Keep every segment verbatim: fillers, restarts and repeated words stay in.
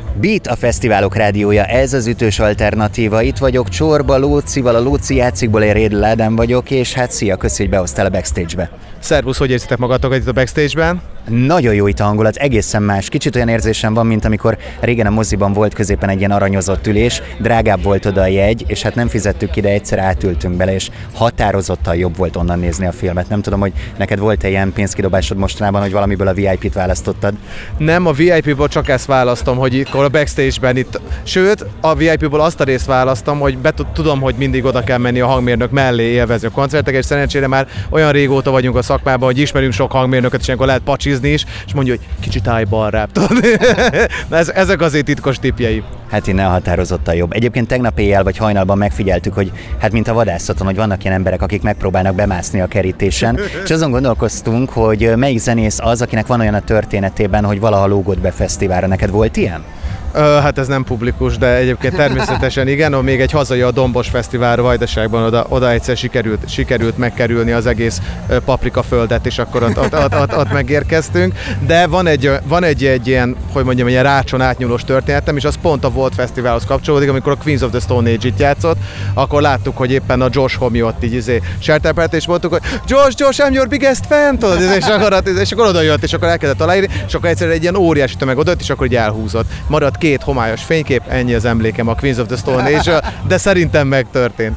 Beat, a fesztiválok rádiója, ez az ütős alternatíva. Itt vagyok Csorba Lócival, a Lóci játszikból, én Rédl Ádám vagyok, és hát szia, köszi, hogy behoztál a backstage-be. Szervusz, hogy érzitek magatokat itt a backstage-ben? Nagyon jó itt a hangulat, egészen más. Kicsit olyan érzésem van, mint amikor régen a moziban volt középen egy ilyen aranyozott ülés, drágább volt oda a jegy, és hát nem fizettük ki, de egyszer átültünk bele, és határozottan jobb volt onnan nézni a filmet. Nem tudom, hogy neked volt-e ilyen pénzkidobásod mostanában, hogy valamiből a vé i pét választottad? Nem, a vé i péből csak ezt választom, hogy itt a backstage-ben itt. Sőt, a vé i péből azt a részt választom, hogy be tudom, hogy mindig oda kell menni a hangmérnök mellé élvezni a koncerteket, és szerencsére már olyan régóta vagyunk a szakmában, hogy ismerünk sok hangmérnököt, és ilyenkor lehet pacsizni is, és mondja, hogy kicsit állj balrább. Na ez, ezek azért titkos tippjei. Hát innen határozottan jobb. Egyébként tegnap éjjel vagy hajnalban megfigyeltük, hogy hát mint a vadászaton, hogy vannak ilyen emberek, akik megpróbálnak bemászni a kerítésen, és azon gondolkoztunk, hogy melyik zenész az, akinek van olyan a történetében, hogy valaha lógott be fesztiválra. Neked volt ilyen? Ö, hát ez nem publikus, de egyébként természetesen igen, no, még egy hazai a Dombos Fesztiválra Vajdaságban oda, oda egyszer sikerült, sikerült megkerülni az egész paprika földet, és akkor ott, ott, ott, ott, ott megérkeztünk. De van egy, van egy, egy ilyen, hogy mondjam, ilyen rácson átnyúlós történetem, és az pont a Volt Fesztiválhoz kapcsolódik, amikor a Queens of the Stone Age itt játszott, akkor láttuk, hogy éppen a Josh Homme ott így izé sertepelt, és mondtuk, hogy Josh, Josh, I'm your biggest fan, tudod, és akkor, és akkor oda jött, és akkor elkezdett aláírni, és akkor egyszerűen egy ilyen óriási tömeg odajött, és akkor így elhúzott. Maradt két homályos fénykép, ennyi az emlékem a Queens of the Stone Age-ről, de szerintem megtörtént.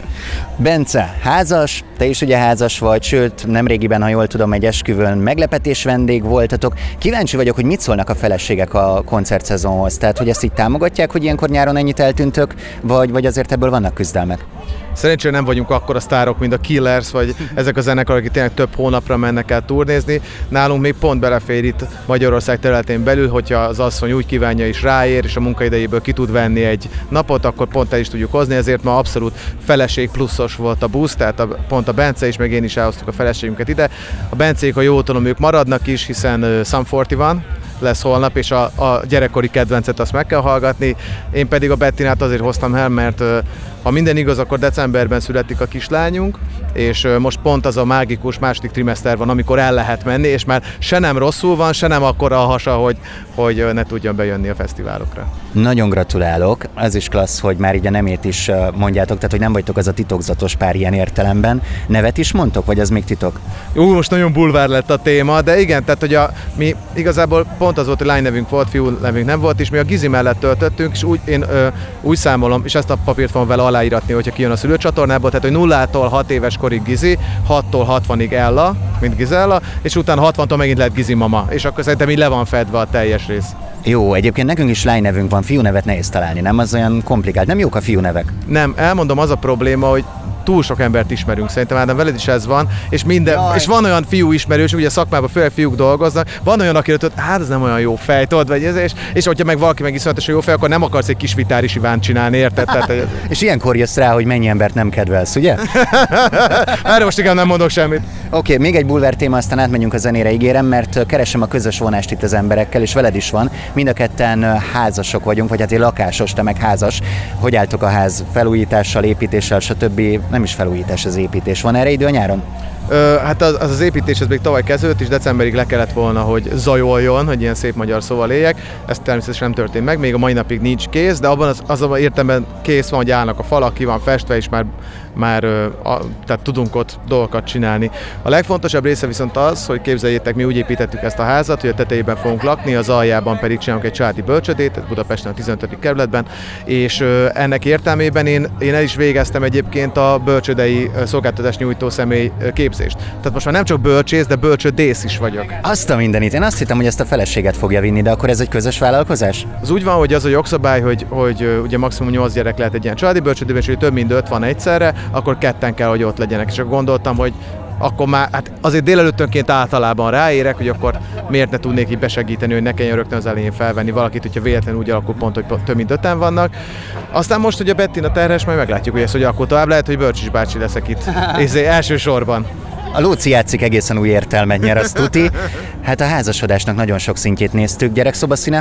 Bence, házas, te is ugye házas vagy, sőt, nemrégiben, ha jól tudom, egy esküvőn meglepetés vendég voltatok. Kíváncsi vagyok, hogy mit szólnak a feleségek a koncertszezonhoz, tehát hogy ezt így támogatják, hogy ilyenkor nyáron ennyit eltűntök, vagy, vagy azért ebből vannak küzdelmek? Szerencsére nem vagyunk akkora sztárok, mint a Killers, vagy ezek a zenekarok, akik tényleg több hónapra mennek el turnézni. Nálunk még pont belefér itt Magyarország területén belül, hogyha az asszony úgy kívánja is ráér, és a munkaidejéből ki tud venni egy napot, akkor pont el is tudjuk hozni, ezért ma abszolút feleség pluszos volt a busz, tehát a, pont a Bence is, meg én is elhoztuk a feleségünket ide. A Bencék, ha jól tudom, ők maradnak is, hiszen uh, Sum negyven lesz holnap, és a, a gyerekkori kedvencet azt meg kell hallgatni. Én pedig a Bettinát azért hoztam el, mert uh, ha minden igaz, akkor decemberben születik a kislányunk, és uh, most pont az a mágikus második trimester van, amikor el lehet menni, és már se nem rosszul van, se nem akkora a hasa, hogy, hogy uh, ne tudjon bejönni a fesztiválokra. Nagyon gratulálok, az is klassz, hogy már így a nemét is mondjátok, tehát hogy nem vagytok az a titokzatos pár ilyen értelemben. Nevet is mondtok, vagy az még titok? Ú, most nagyon bulvár lett a téma, de igen, tehát hogy a, mi igazából pont az volt, hogy lány nevünk volt, fiú nevünk nem volt, és mi a Gizi mellett töltöttünk, és úgy, én ö, úgy számolom, és ezt a papírt fogom vele aláíratni, hogyha kijön a szülőcsatornából, tehát hogy nullától hat éves korig Gizi, hattól hatvanig Ella, mint Gizella, és utána hatvantól megint lett Gizi mama, és akkor szerintem így le van fedve a teljes rész. Jó, egyébként nekünk is lány nevünk van, fiú nevet nehéz találni, nem? Az olyan komplikált, nem jók a fiú nevek? Nem, elmondom, az a probléma, hogy túl sok embert ismerünk, szerintem Ádám, veled is ez van, és minden, és van olyan fiú ismerős, ugye a szakmában főleg fiúk dolgoznak, van olyan, aki hogy hát ez nem olyan jó fej, tudod, vagy ez, és, és hogyha meg valaki meg iszonyatosan jó fej, akkor nem akarsz egy kis Vitáris Ivánt csinálni, érted? Tehát, és ilyenkor jössz rá, hogy mennyi embert nem kedvelsz, ugye? Erre most igen, nem mondok semmit. Oké, okay, még egy bulvár téma, aztán átmegyünk a zenére, ígérem, mert keresem a közös vonást itt az emberekkel, és veled is van. Mind a ketten házasok vagyunk, vagy hát én lakásos, te meg házas. Hogy álltok a ház felújítással, építéssel, stb. Nem is felújítás, az építés. Van erre idő a nyáron? Ö, hát az, az az építés ez még tavaly kezdődött, és decemberig le kellett volna, hogy zajoljon, hogy ilyen szép magyar szóval éljek. Ez természetesen nem történt meg, még a mai napig nincs kész, de abban az, azon értelemben kész van, hogy állnak a falak, ki van festve, és már, már a, tehát tudunk ott dolgokat csinálni. A legfontosabb része viszont az, hogy képzeljétek, mi úgy építettük ezt a házat, hogy a tetejében fogunk lakni, az aljában pedig csinálunk egy családi bölcsödét, Budapesten a tizenötödik kerületben, és ennek értelmében én, én el is végeztem egyébként a bölcsödei szolgáltatás nyújtó személy képzést. Tehát most már nem csak bölcsész, de bölcsödész is vagyok. Azt a mindenit. Én azt hittem, hogy ezt a feleséget fogja vinni, de akkor ez egy közös vállalkozás? Az úgy van, hogy az a jogszabály, hogy, hogy ugye maximum nyolc gyerek lehet egy ilyen családi bölcsödében, és hogy több mint öt van egyszerre, akkor ketten kell, hogy ott legyenek. És akkor gondoltam, hogy akkor már, hát azért délelőttönként általában ráérek, hogy akkor miért ne tudnék így besegíteni, hogy ne kelljen rögtön az elején felvenni valakit, hogyha véletlenül úgy alakul pont, hogy több mint öten vannak. Aztán most, hogy a Bettina terhes, majd meglátjuk, hogy ez hogy akkor tovább lehet, hogy Bölcsis bácsi leszek itt. És elsősorban. A Lóci játszik egészen új értelmet nyer, az tuti. Hát a házasodásnak nagyon sok szintjét néztük. Gyerekszobaszíne?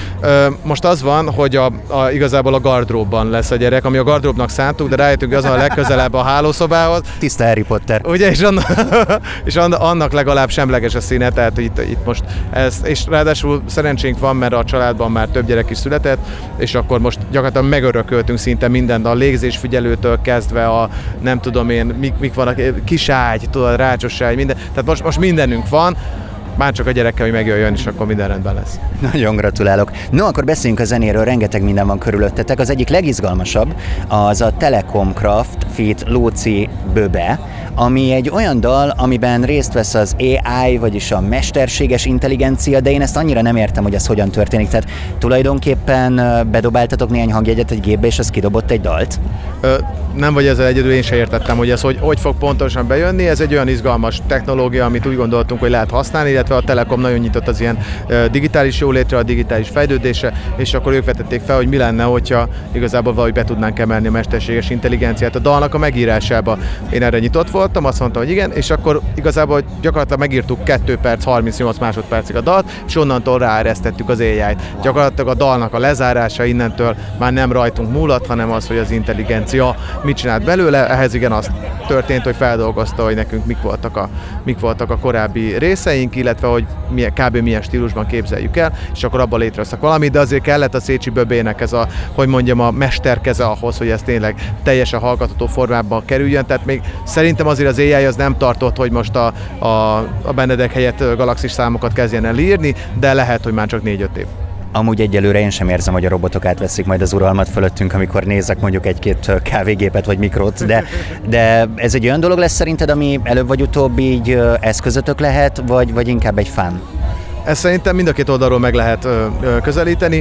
Ö, most az van, hogy a, a, igazából a gardróbban lesz a gyerek, ami a gardróbnak szántuk, de rájöttünk, hogy az a legközelebb a hálószobához. Tiszta Harry Potter. Ugye, és, annak, és annak legalább semleges a színe, tehát itt, itt most ez, és ráadásul szerencsénk van, mert a családban már több gyerek is született, és akkor most gyakorlatilag megörököltünk szinte mindent, a légzésfigyelőtől kezdve a nem tudom én, mik, mik vannak, kiságy, tudod, rácsos ágy, minden, tehát most, most mindenünk van, már csak a gyerekkel, hogy megjöjjön, és akkor minden rendben lesz. Nagyon gratulálok. No, akkor beszéljünk a zenéről, rengeteg minden van körülöttetek. Az egyik legizgalmasabb az a Telekom Craft feat. Lóci Böbe, ami egy olyan dal, amiben részt vesz az á i, vagyis a mesterséges intelligencia, de én ezt annyira nem értem, hogy ez hogyan történik. Tehát tulajdonképpen bedobáltatok néhány hangjegyet egy gépbe, és az kidobott egy dalt? Ö, nem vagy ezzel egyedül, én sem értettem, hogy ez hogy, hogy fog pontosan bejönni. Ez egy olyan izgalmas technológia, amit úgy gondoltunk, hogy lehet használni, illetve a Telekom nagyon nyitott az ilyen digitális jólétre, a digitális fejlődésre, és akkor ők vetették fel, hogy mi lenne, hogyha igazából valahogy be tudnánk emelni a mesterséges intelligenciát a dalnak a megírásába. Én erre nyitott voltam, azt mondtam, hogy igen, és akkor igazából gyakorlatilag megírtuk kettő perc, harmincnyolc másodpercig a dalt, és onnantól ráeresztettük az á i-t. Gyakorlatilag a dalnak a lezárása innentől már nem rajtunk múlott, hanem az, hogy az intelligencia mit csinált belőle. Ehhez igen az történt, hogy feldolgozta, hogy nekünk mik voltak a, mik voltak a korábbi részeink, illetve hogy milyen, kb. Milyen stílusban képzeljük el, és akkor abban létrehoztak valamit, de azért kellett a Szécsi Böbének ez a, hogy mondjam, a mesterkeze ahhoz, hogy ez tényleg teljesen hallgatható formában kerüljön, tehát még szerintem azért az á i az nem tartott, hogy most a, a, a Benedek helyett galaxis számokat kezdjen el írni, de lehet, hogy már csak négy-öt év. Amúgy egyelőre én sem érzem, hogy a robotok átveszik majd az uralmat fölöttünk, amikor nézek mondjuk egy-két kávégépet vagy mikrót, de, de ez egy olyan dolog lesz szerinted, ami előbb vagy utóbb így eszközötök lehet, vagy, vagy inkább egy fán? Ezt szerintem mind a két oldalról meg lehet ö, ö, közelíteni.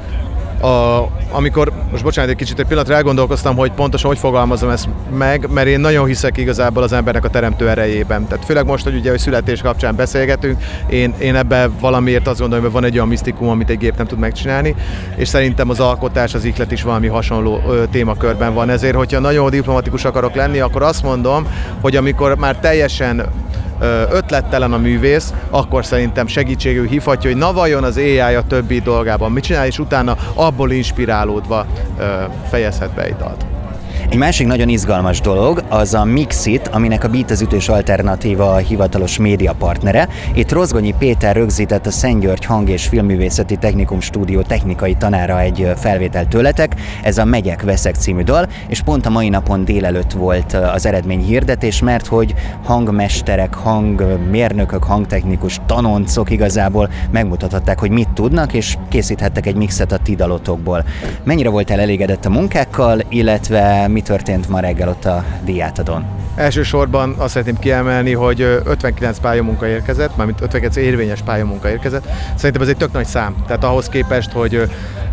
A, amikor, most bocsánat, egy kicsit egy pillanatra elgondolkoztam, hogy pontosan hogy fogalmazom ezt meg, mert én nagyon hiszek igazából az embernek a teremtő erejében. Tehát főleg most, hogy ugye hogy születés kapcsán beszélgetünk, én, én ebben valamiért azt gondolom, hogy van egy olyan misztikum, amit egy gép nem tud megcsinálni, és szerintem az alkotás, az ihlet is valami hasonló ö, témakörben van. Ezért, hogyha nagyon diplomatikus akarok lenni, akkor azt mondom, hogy amikor már teljesen ötlettelen a művész, akkor szerintem segítségül hívhatja, hogy na vajon az á i a többi dolgában mit csinál, és utána abból inspirálódva fejezhet be egy dalt. Egy másik nagyon izgalmas dolog az a Mixit, aminek a Beat az ütős alternatíva a hivatalos médiapartnere. Itt Rozgonyi Péter rögzített a Szent György Hang- és Filmművészeti Technikum Stúdió technikai tanára egy felvételt tőletek. Ez a Megyek Veszek című dal, és pont a mai napon délelőtt volt az eredményhirdetés, mert hogy hangmesterek, hangmérnökök, hangtechnikus, tanoncok igazából megmutathatták, hogy mit tudnak, és készíthettek egy mixet a ti dalotokból. Mennyire voltál elégedett a munkákkal, illetve mi történt ma reggel ott a díjátadón? Elsősorban azt szeretném kiemelni, hogy ötvenkilenc pályamunka érkezett, mármint ötvenkilenc érvényes pályamunka érkezett. Szerintem ez egy tök nagy szám. Tehát ahhoz képest, hogy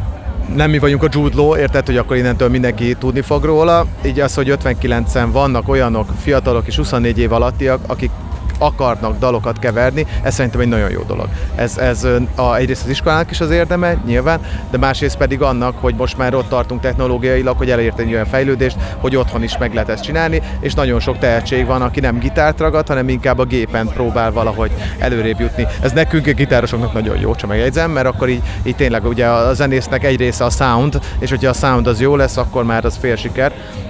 nem mi vagyunk a Jude Law, érted, hogy akkor innentől mindenki tudni fog róla. Így az, hogy ötvenkilencen vannak olyanok, fiatalok és huszonnégy év alattiak, akik akarnak dalokat keverni, ez szerintem egy nagyon jó dolog. Ez, ez a, egyrészt az iskolának is az érdeme, nyilván, de másrészt pedig annak, hogy most már ott tartunk technológiailag, hogy elérte egy olyan fejlődést, hogy otthon is meg lehet ezt csinálni, és nagyon sok tehetség van, aki nem gitárt ragad, hanem inkább a gépen próbál valahogy előrébb jutni. Ez nekünk, a gitárosoknak nagyon jó, csak megjegyzem, mert akkor így, így tényleg ugye a zenésznek egy része a sound, és hogyha a sound az jó lesz, akkor már az fél siker.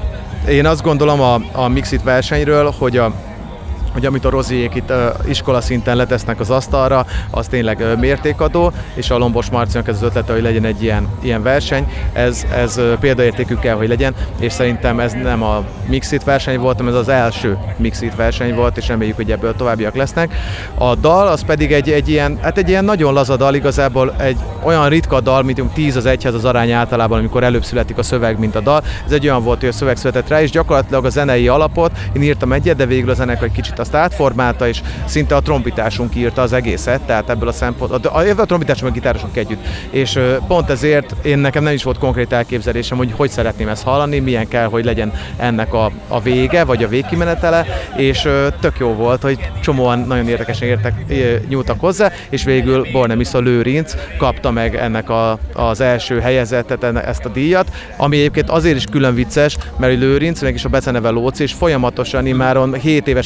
Én azt gondolom a, a Mixit versenyről, hogy a hogy amit a Roziék itt uh, iskola szinten letesznek az asztalra, az tényleg uh, mértékadó, és a Lombos Marcinak ez az ötlete, hogy legyen egy ilyen, ilyen verseny, ez, ez uh, példaértékű kell, hogy legyen, és szerintem ez nem a Mixit verseny volt, hanem ez az első Mixit verseny volt, és reméljük, hogy ebből továbbiak lesznek. A dal az pedig egy, egy, ilyen, hát egy ilyen nagyon laza dal, igazából egy olyan ritka dal, mint tíz az egyhez az arány általában, amikor előbb születik a szöveg, mint a dal. Ez egy olyan volt, hogy a szöveg született rá, és gyakorlatilag a zenei alapot, én írtam egyet, de végül a zenekar egy kicsit azt átformálta, és szinte a trombitásunk írta az egészet, tehát ebből a szempontból, a, a trombitásunk a gitárosunk együtt. És pont ezért én nekem nem is volt konkrét elképzelésem, hogy hogy szeretném ezt hallani, milyen kell, hogy legyen ennek a, a vége, vagy a végkimenetele, és tök jó volt, hogy csomóan nagyon érdekesen értek, nyúltak hozzá, és végül Bornemisza Lőrinc kapta meg ennek a, az első helyezettet, ezt a díjat, ami egyébként azért is külön vicces, mert Lőrinc, meg is a beceneve Lóci, és folyamatosan immáron hét éves a zenekar,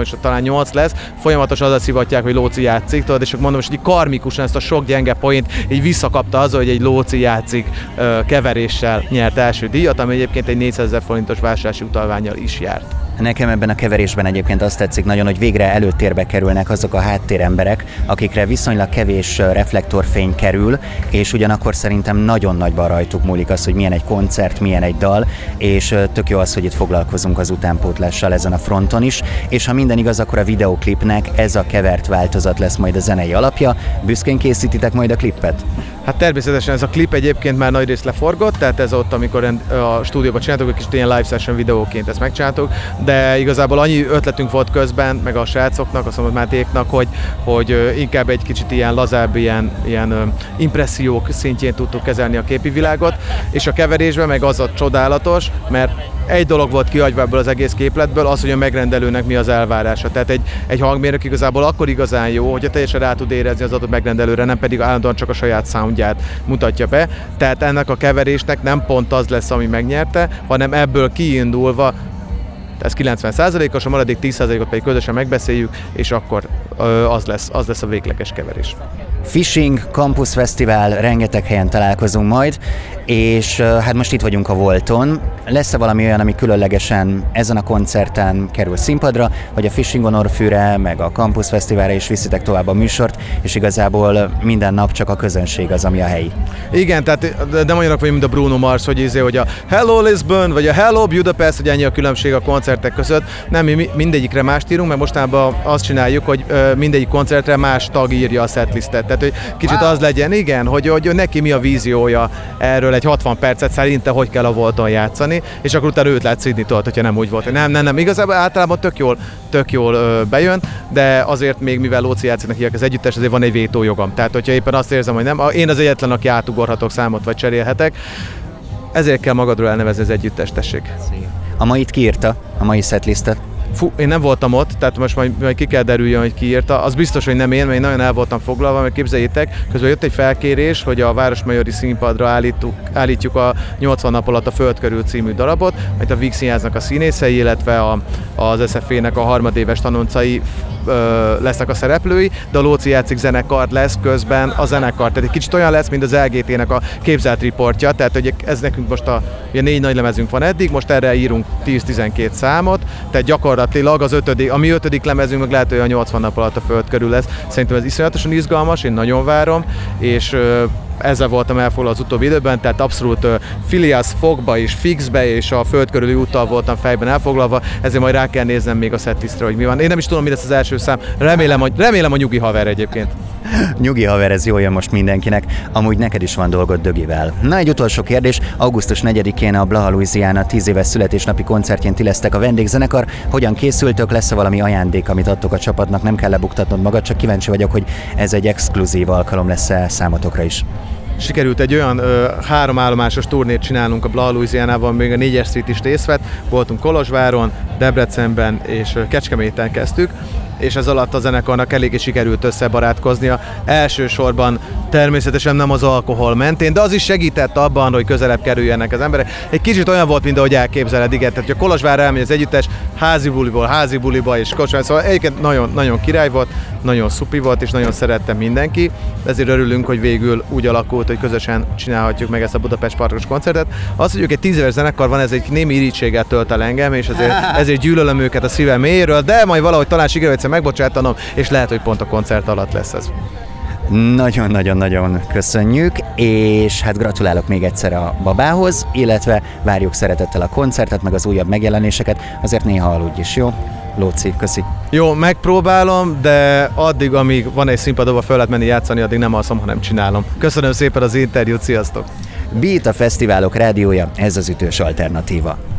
és talán nyolc lesz, folyamatosan azzal szivatják, hogy Lóci játszik, tudod, és akkor mondom, hogy így karmikusan ezt a sok gyenge point így visszakapta azzal, hogy egy Lóci játszik ö, keveréssel nyert első díjat, ami egyébként egy négyszázezer forintos vásárlási utalvánnyal is járt. Nekem ebben a keverésben egyébként azt tetszik nagyon, hogy végre előtérbe kerülnek azok a háttéremberek, akikre viszonylag kevés reflektorfény kerül, és ugyanakkor szerintem nagyon nagyban rajtuk múlik az, hogy milyen egy koncert, milyen egy dal, és tök jó az, hogy itt foglalkozunk az utánpótlással ezen a fronton is, és ha minden igaz, akkor a videóklipnek ez a kevert változat lesz majd a zenei alapja. Büszkén készítitek majd a klippet? Hát természetesen ez a klip egyébként már nagyrészt leforgott, tehát ez ott, amikor a stúdióban csináltuk, egy kicsit ilyen live session videóként ezt megcsináltuk, de igazából annyi ötletünk volt közben, meg a srácoknak, a Szombatmátéknak, hogy, hogy inkább egy kicsit ilyen lazább, ilyen, ilyen impressziók szintjén tudtuk kezelni a képi világot, és a keverésben meg az a csodálatos, mert egy dolog volt kihagyva ebből az egész képletből, az, hogy a megrendelőnek mi az elvárása. Tehát egy, egy hangmérnök igazából akkor igazán jó, hogyha teljesen rá tud érezni az adott megrendelőre, nem pedig állandóan csak a saját soundját mutatja be. Tehát ennek a keverésnek nem pont az lesz, ami megnyerte, hanem ebből kiindulva, ez kilencven százalékos, a maradék tíz százalékot pedig közösen megbeszéljük, és akkor az lesz, az lesz a végleges keverés. Fishing, Campus Fesztivál, rengeteg helyen találkozunk majd, és hát most itt vagyunk a Volton. Lesz-e valami olyan, ami különlegesen ezen a koncerten kerül színpadra, vagy a Fishing Honorfűre, meg a Campus Fesztiválra is viszitek tovább a műsort, és igazából minden nap csak a közönség az, ami a helyi? Igen, tehát nem olyanok vagyunk, mint a Bruno Mars, hogy, izé, hogy a Hello Lisbon, vagy a Hello Budapest, hogy ennyi a különbség a koncertek között. Nem, mi mindegyikre mást írunk, mert mostanában azt csináljuk, hogy mindegyik koncertre más tag írja a setlistet. Tehát, hogy kicsit az legyen, igen, hogy, hogy neki mi a víziója erről egy hatvan percet szerinte, hogy kell a Volton játszani, és akkor utána őt lehet szidni, tudod, hogyha nem úgy volt. Nem, nem, nem, igazából általában tök jól, tök jól ö, bejön, de azért még, mivel Lóci játszik neki az együttes, azért van egy vétójogom. Tehát, hogyha éppen azt érzem, hogy nem, én az egyetlen, aki átugorhatok számot, vagy cserélhetek, ezért kell magadról elnevezni az együttest, tessék. A mait kiírta, a mai setlistet? Fú, én nem voltam ott, tehát most majd, majd ki kell derüljön, hogy ki írta. Az biztos, hogy nem én, mert én nagyon el voltam foglalva, mert képzeljétek, közben jött egy felkérés, hogy a Városmajori Színpadra állítjuk, állítjuk a nyolcvan nap alatt a Föld körül című darabot, majd a Víg Színháznak a színészei, illetve a, az es ef é-nek a harmadéves tanoncai ö, lesznek a szereplői, de a Lóci játszik zenekart lesz közben a zenekar. Tehát egy kicsit olyan lesz, mint az el gé té-nek a képzelt riportja, tehát hogy ez nekünk most a ugye négy nagy lemezünk van eddig, most erre írunk tíz-tizenkét számot, tehát gyakorlatilag az ötödik, a mi ötödik lemezünk meg lehet, hogy a nyolcvan nap alatt a Föld körül lesz. Szerintem ez iszonyatosan izgalmas, én nagyon várom, és ö, ezzel voltam elfoglalva az utóbbi időben, tehát abszolút uh, Phileas Foggba és Fixbe és a Föld körüli úttal voltam fejben elfoglalva, ezért majd rá kell néznem még a setlistre, hogy mi van. Én nem is tudom, mi lesz az első szám, remélem, hogy, remélem a nyugi haver egyébként. Nyugi haver, ez jól jön most mindenkinek. Amúgy neked is van dolgod Dögivel. Na, egy utolsó kérdés. augusztus negyedikén a Blaha Louisiana tíz éves születésnapi koncertjén ti lesztek a vendégzenekar. Hogyan készültök? Lesz-e valami ajándék, amit adtok a csapatnak? Nem kell lebuktatnod magad, csak kíváncsi vagyok, hogy ez egy exkluzív alkalom lesz-e számotokra is. Sikerült egy olyan ö, három állomásos turnét csinálnunk a Blaha Louisianával, még a négyes Street is részt vett. Voltunk Kolozsváron, Debrecenben és Kecskeméten kezdtük, és ez alatt a zenekarnak eléggé sikerült összebarátkoznia. Elsősorban természetesen nem az alkohol mentén, de az is segített abban, hogy közelebb kerüljenek az emberek. Egy kicsit olyan volt, mint ahogy elképzeled, igen. Tehát, hogy a Kolozsvárra elmegy az együttes, házi buliból házi buliba, és Kolozsvár, szóval egyébként nagyon, nagyon király volt, nagyon szupi volt, és nagyon szerettem mindenki. Ezért örülünk, hogy végül úgy alakult, hogy közösen csinálhatjuk meg ezt a Budapest Parkos koncertet. Az, hogy ők egy tíz éves zenekar van, ez egy némi irítséggel tölt el engem, és ezért, ezért gyűlölöm őket a szívem mélyéről, de majd valahogy talán sikerül egyszer megbocsátanom, és lehet, hogy pont a koncert alatt lesz ez. Nagyon-nagyon-nagyon köszönjük, és hát gratulálok még egyszer a babához, illetve várjuk szeretettel a koncertet, meg az újabb megjelenéseket, azért néha aludj is, jó? Lóci, köszi. Jó, megpróbálom, de addig, amíg van egy színpad, ahol fel lehet menni játszani, addig nem alszom, hanem csinálom. Köszönöm szépen az interjút, sziasztok! Beat, a fesztiválok rádiója, ez az ütős alternatíva.